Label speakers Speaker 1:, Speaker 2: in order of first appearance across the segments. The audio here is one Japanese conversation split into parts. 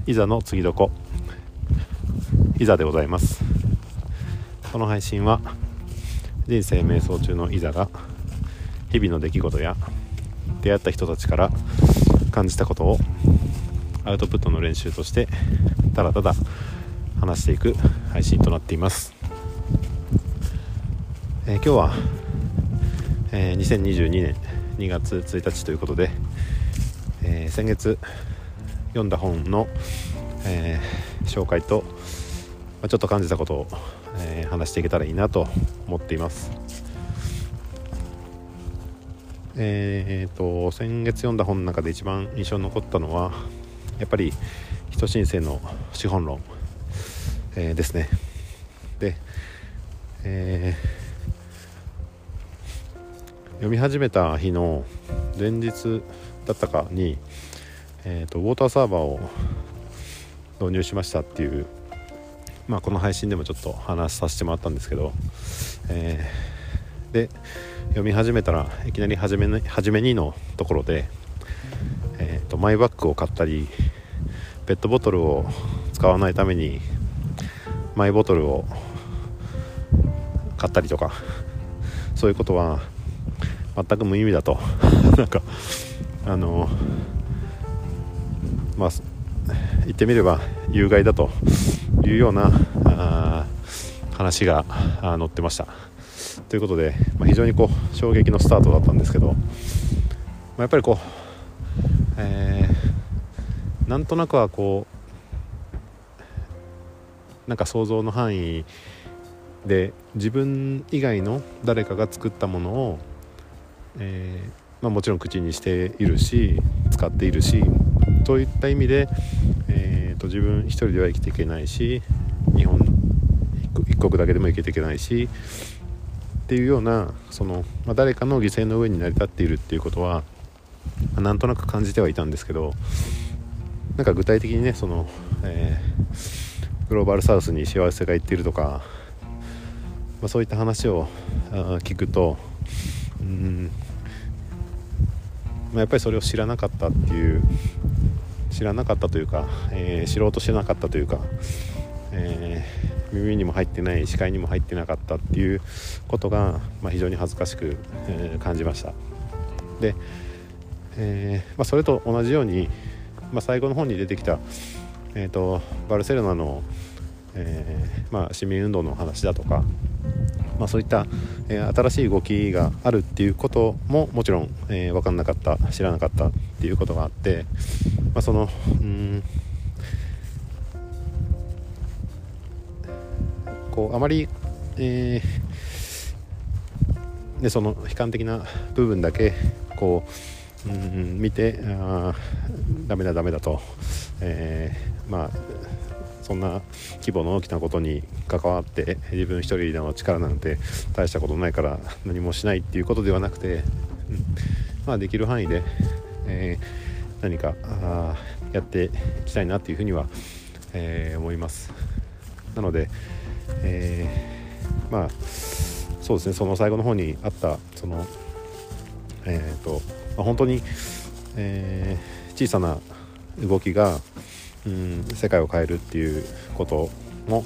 Speaker 1: いざの次どこいざでございます。この配信は人生瞑想中のいざが日々の出来事や出会った人たちから感じたことをアウトプットの練習としてただただ話していく配信となっています。今日は、2022年2月1日ということで、先月読んだ本の、紹介と、ちょっと感じたことを、話していけたらいいなと思っています。先月読んだ本の中で一番印象に残ったのはやっぱり人申請の資本論、ですね。で、読み始めた日の前日だったかに、ウォーターサーバーを導入しましたっていう、この配信でもちょっと話させてもらったんですけど、で読み始めたらいきなり初めにのところで、マイバッグを買ったりペットボトルを使わないためにマイボトルを買ったりとか、そういうことは全く無意味だとなんか言ってみれば有害だというような話が載ってましたということで、非常に衝撃のスタートだったんですけど、やっぱりなんとなくはなんか想像の範囲で自分以外の誰かが作ったものを、もちろん口にしているし使っているし、そういった意味で、自分一人では生きていけないし、日本一国だけでも生きていけないしっていうような誰かの犠牲の上に成り立っているっていうことはなんとなく感じてはいたんですけど、なんか具体的にねグローバルサウスに幸せがいっているとか、そういった話を聞くとやっぱりそれを知らなかったというか、知ろうとしてなかったというか、耳にも入ってない視界にも入ってなかったっていうことが、非常に恥ずかしく、感じました。で、それと同じように、最後の本に出てきた、バルセロナの、市民運動の話だとか、そういった、新しい動きがあるっていうことももちろん、分かんなかった、知らなかったっていうことがあって、あまり、その悲観的な部分だけ見てダメだと、そんな規模の大きなことに関わって自分一人の力なんて大したことないから何もしないっていうことではなくて、できる範囲で、何かやっていきたいなっていうふうには、思います。なので、そうですね、その最後の方にあった本当に、小さな動きが世界を変えるっていうことも、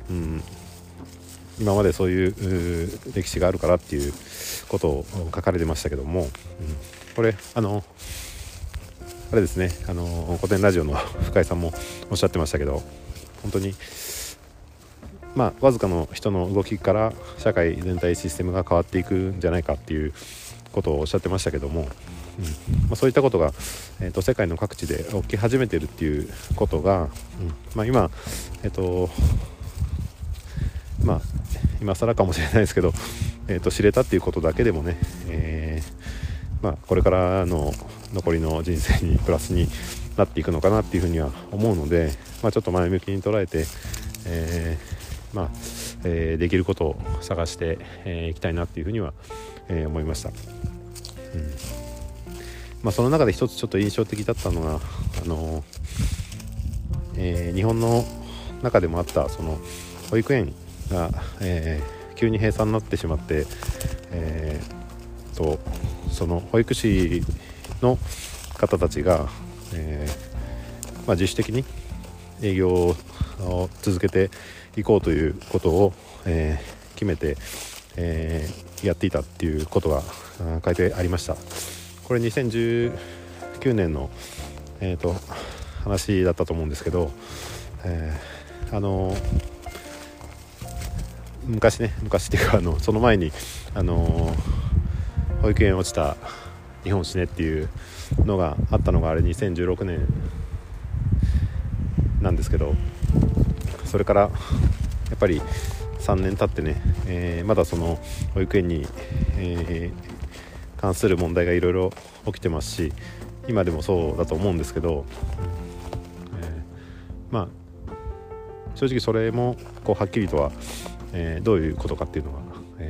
Speaker 1: 今までそういう歴史があるからっていうことを書かれてましたけども、これあれですね、古典ラジオの深井さんもおっしゃってましたけど、本当にわずかの人の動きから社会全体システムが変わっていくんじゃないかっていうことをおっしゃってましたけども、そういったことが、世界の各地で起き始めているっていうことが、今今更かもしれないですけど、知れたっていうことだけでもね、これからの残りの人生にプラスになっていくのかなっていうふうには思うので、ちょっと前向きに捉えて、できることを探していきたいなっていうふうには、思いました。その中で一つちょっと印象的だったのが、日本の中でもあったその保育園が、急に閉鎖になってしまって、その保育士の方たちが、自主的に、 営業を続けていこうということを、決めて、やっていたっていうことが書いてありました。これ2019年の、話だったと思うんですけど、昔っていうかその前に保育園落ちた日本死ねっていうのがあったのがあれ2016年なんですけど、それからやっぱり3年経ってね、まだその保育園に、関する問題がいろいろ起きてますし、今でもそうだと思うんですけど、まあ正直それもこうはっきりとは、どういうことかっていうのが、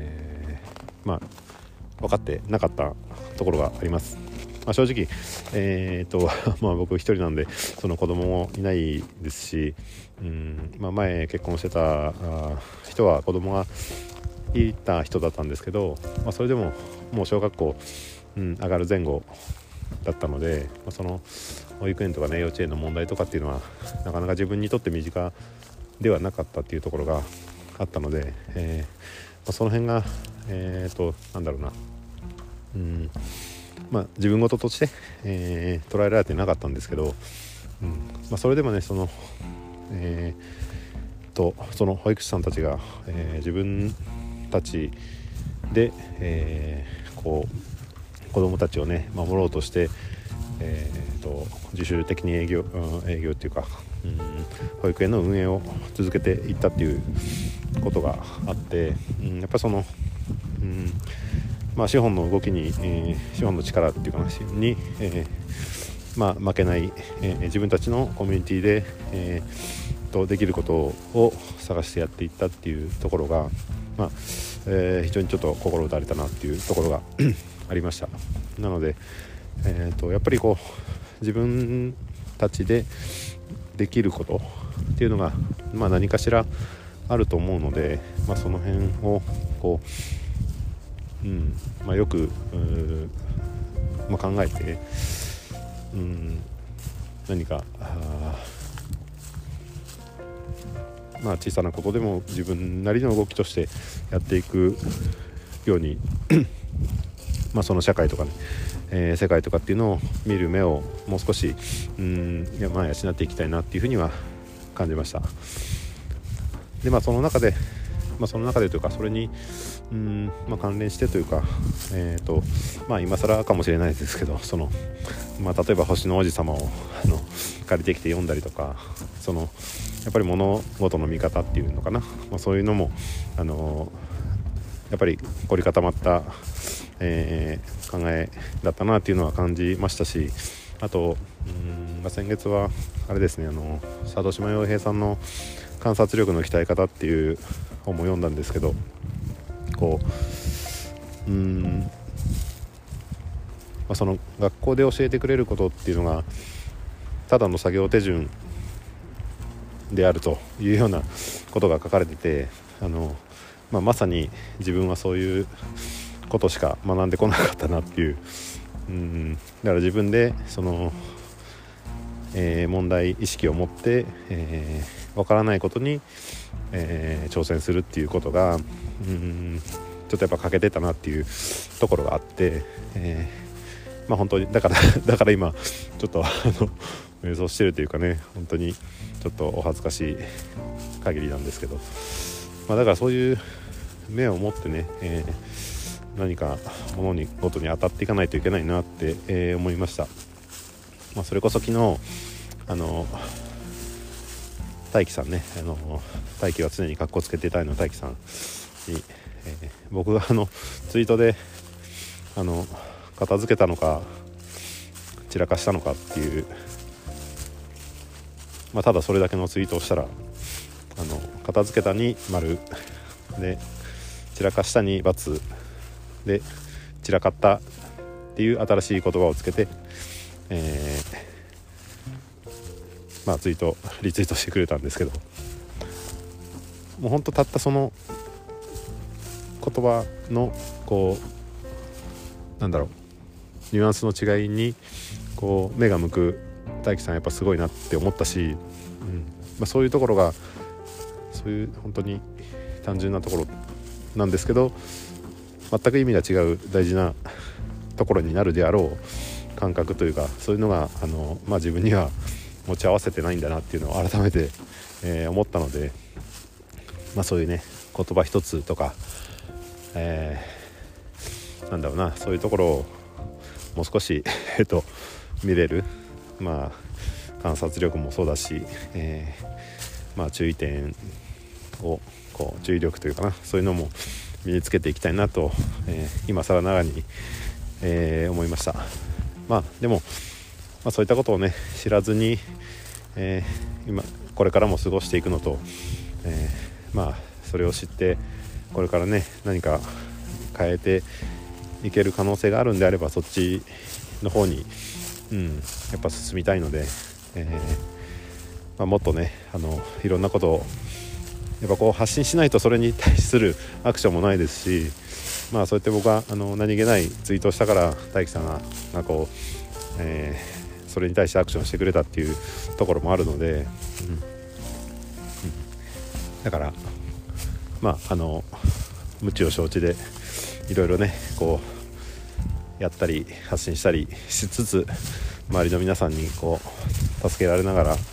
Speaker 1: 分かってなかったところがあります。正直、僕一人なんでその子供もいないですし、前結婚してた人は子供がいた人だったんですけど、それでももう小学校、上がる前後だったので、その保育園とかね幼稚園の問題とかっていうのはなかなか自分にとって身近ではなかったっていうところがあったので、その辺がなんだろうな、自分事として、捉えられてなかったんですけど、それでもねその保育士さんたちが、自分たちで、こう子どもたちをね守ろうとして、自主的に営業っていうか、保育園の運営を続けていったっていうことがあって、やっぱその、資本の動きに、資本の力っていうかなに、負けない、自分たちのコミュニティで、できることを探してやっていったっていうところが、非常にちょっと心打たれたなっていうところがありました。なので、やっぱりこう自分たちでできることっていうのが、何かしらあると思うので、その辺をこう、よく考えて、何か小さなことでも自分なりの動きとしてやっていくようにその社会とかね、世界とかっていうのを見る目をもう少し養っていきたいなっていうふうには感じました。でその中でというかそれに関連してというか、今更かもしれないですけど、例えば星の王子様を借りてきて読んだりとか、やっぱり物事の見方っていうのかな、そういうのもやっぱり凝り固まった、考えだったなっていうのは感じましたし、あと先月はあれですね、佐渡島洋平さんの観察力の鍛え方っていう本も読んだんですけど、こうその学校で教えてくれることっていうのがただの作業手順であるというようなことが書かれてて、まさに自分はそういうことしか学んでこなかったなっていう、だから自分で問題意識を持って、わからないことに、挑戦するっていうことがちょっとやっぱ欠けてたなっていうところがあって、本当にだから今ちょっと迷走してるというかね、本当にちょっとお恥ずかしい限りなんですけど、だからそういう目を持ってね、何か物事に当たっていかないといけないなって、思いました。それこそ昨日大輝さんね、大輝は常にカッコつけてたいの大輝さんに、僕がツイートで片付けたのか散らかしたのかっていう、ただそれだけのツイートをしたら片付けたに丸で散らかしたに×で散らかったっていう新しい言葉をつけて、リツイートしてくれたんですけど、もうほんとたったその言葉のこうニュアンスの違いにこう目が向く大輝さんやっぱすごいなって思ったし、 そういうところがそういう本当に単純なところなんですけど、全く意味が違う大事なところになるであろう感覚というか、そういうのが自分には持ち合わせてないんだなっていうのを改めて、思ったので、そういうね言葉一つとか、なんだろうな、そういうところをもう少し見れる、観察力もそうだし、注意点を注意力というかな、そういうのも身につけていきたいなと、今更ながらに、思いました。でも、そういったことをね知らずに、今これからも過ごしていくのと、それを知ってこれからね何か変えていける可能性があるんであれば、そっちの方に、やっぱ進みたいので、もっとねいろんなことをやっぱ発信しないとそれに対するアクションもないですし、そうやって僕は何気ないツイートをしたから大樹さんがそれに対してアクションしてくれたっていうところもあるので、だから無知を承知でいろいろねやったり発信したりしつつ、周りの皆さんに助けられながら、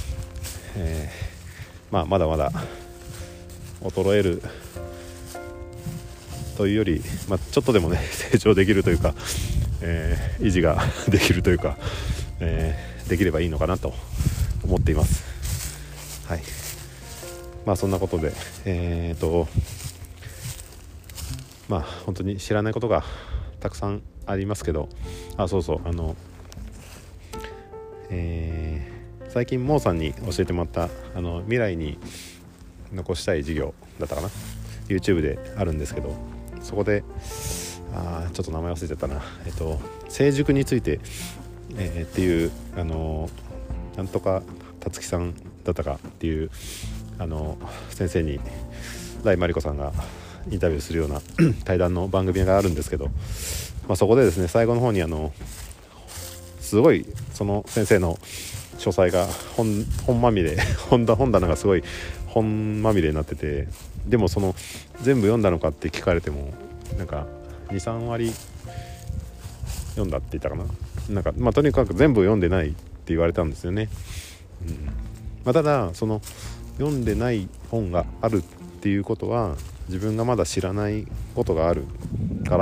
Speaker 1: まだまだ衰えるというより、ちょっとでもね成長できるというか、維持ができるというか、できればいいのかなと思っています。はい。そんなことで本当に知らないことがたくさんありますけど、最近モーさんに教えてもらった未来に残したい事業だったかな、 YouTube であるんですけど、そこでちょっと名前忘れちゃったな、成熟について、っていうなんとかたつきさんだったかっていう先生に大真理子さんがインタビューするような対談の番組があるんですけど、そこでですね最後の方にすごいその先生の書斎が本まみれ本棚がすごい本まみれになってて、でも全部読んだのかって聞かれても2,3 割読んだって言ったかな、とにかく全部読んでないって言われたんですよね。ただ読んでない本があるっていうことは自分がまだ知らないことがあるから、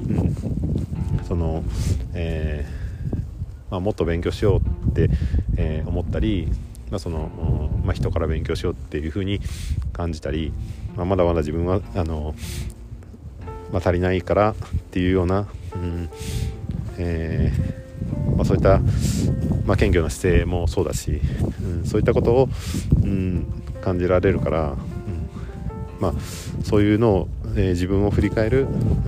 Speaker 1: もっと勉強しようって、思ったり、人から勉強しようっていう風に感じたり、まだまだ自分は足りないからっていうような、そういった、謙虚な姿勢もそうだし、そういったことを、感じられるから、そういうのを、自分を振り返る、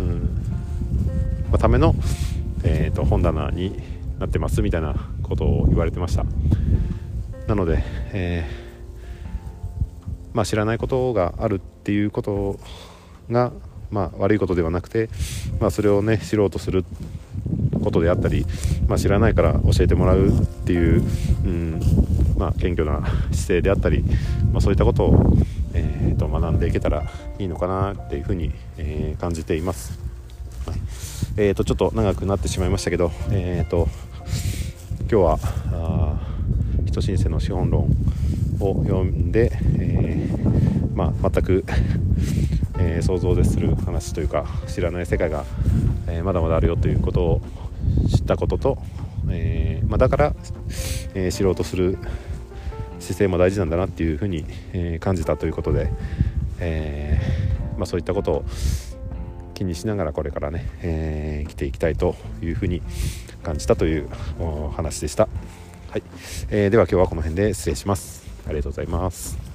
Speaker 1: ための、本棚になってますみたいなことを言われてました。なので、知らないことがあるっていうことが、悪いことではなくて、それをね知ろうとすることであったり、知らないから教えてもらうっていう、謙虚な姿勢であったり、そういったことを、学んでいけたらいいのかなっていうふうに、感じています。ちょっと長くなってしまいましたけど、今日は人申請の資本論を読んで、全く、想像でする話というか知らない世界が、まだまだあるよということを知ったことと、だから、知ろうとする姿勢も大事なんだなっていうふうに、感じたということで、そういったことを気にしながらこれからね、生きていきたいというふうに感じたというお話でした。はい。では今日はこの辺で失礼します。ありがとうございます。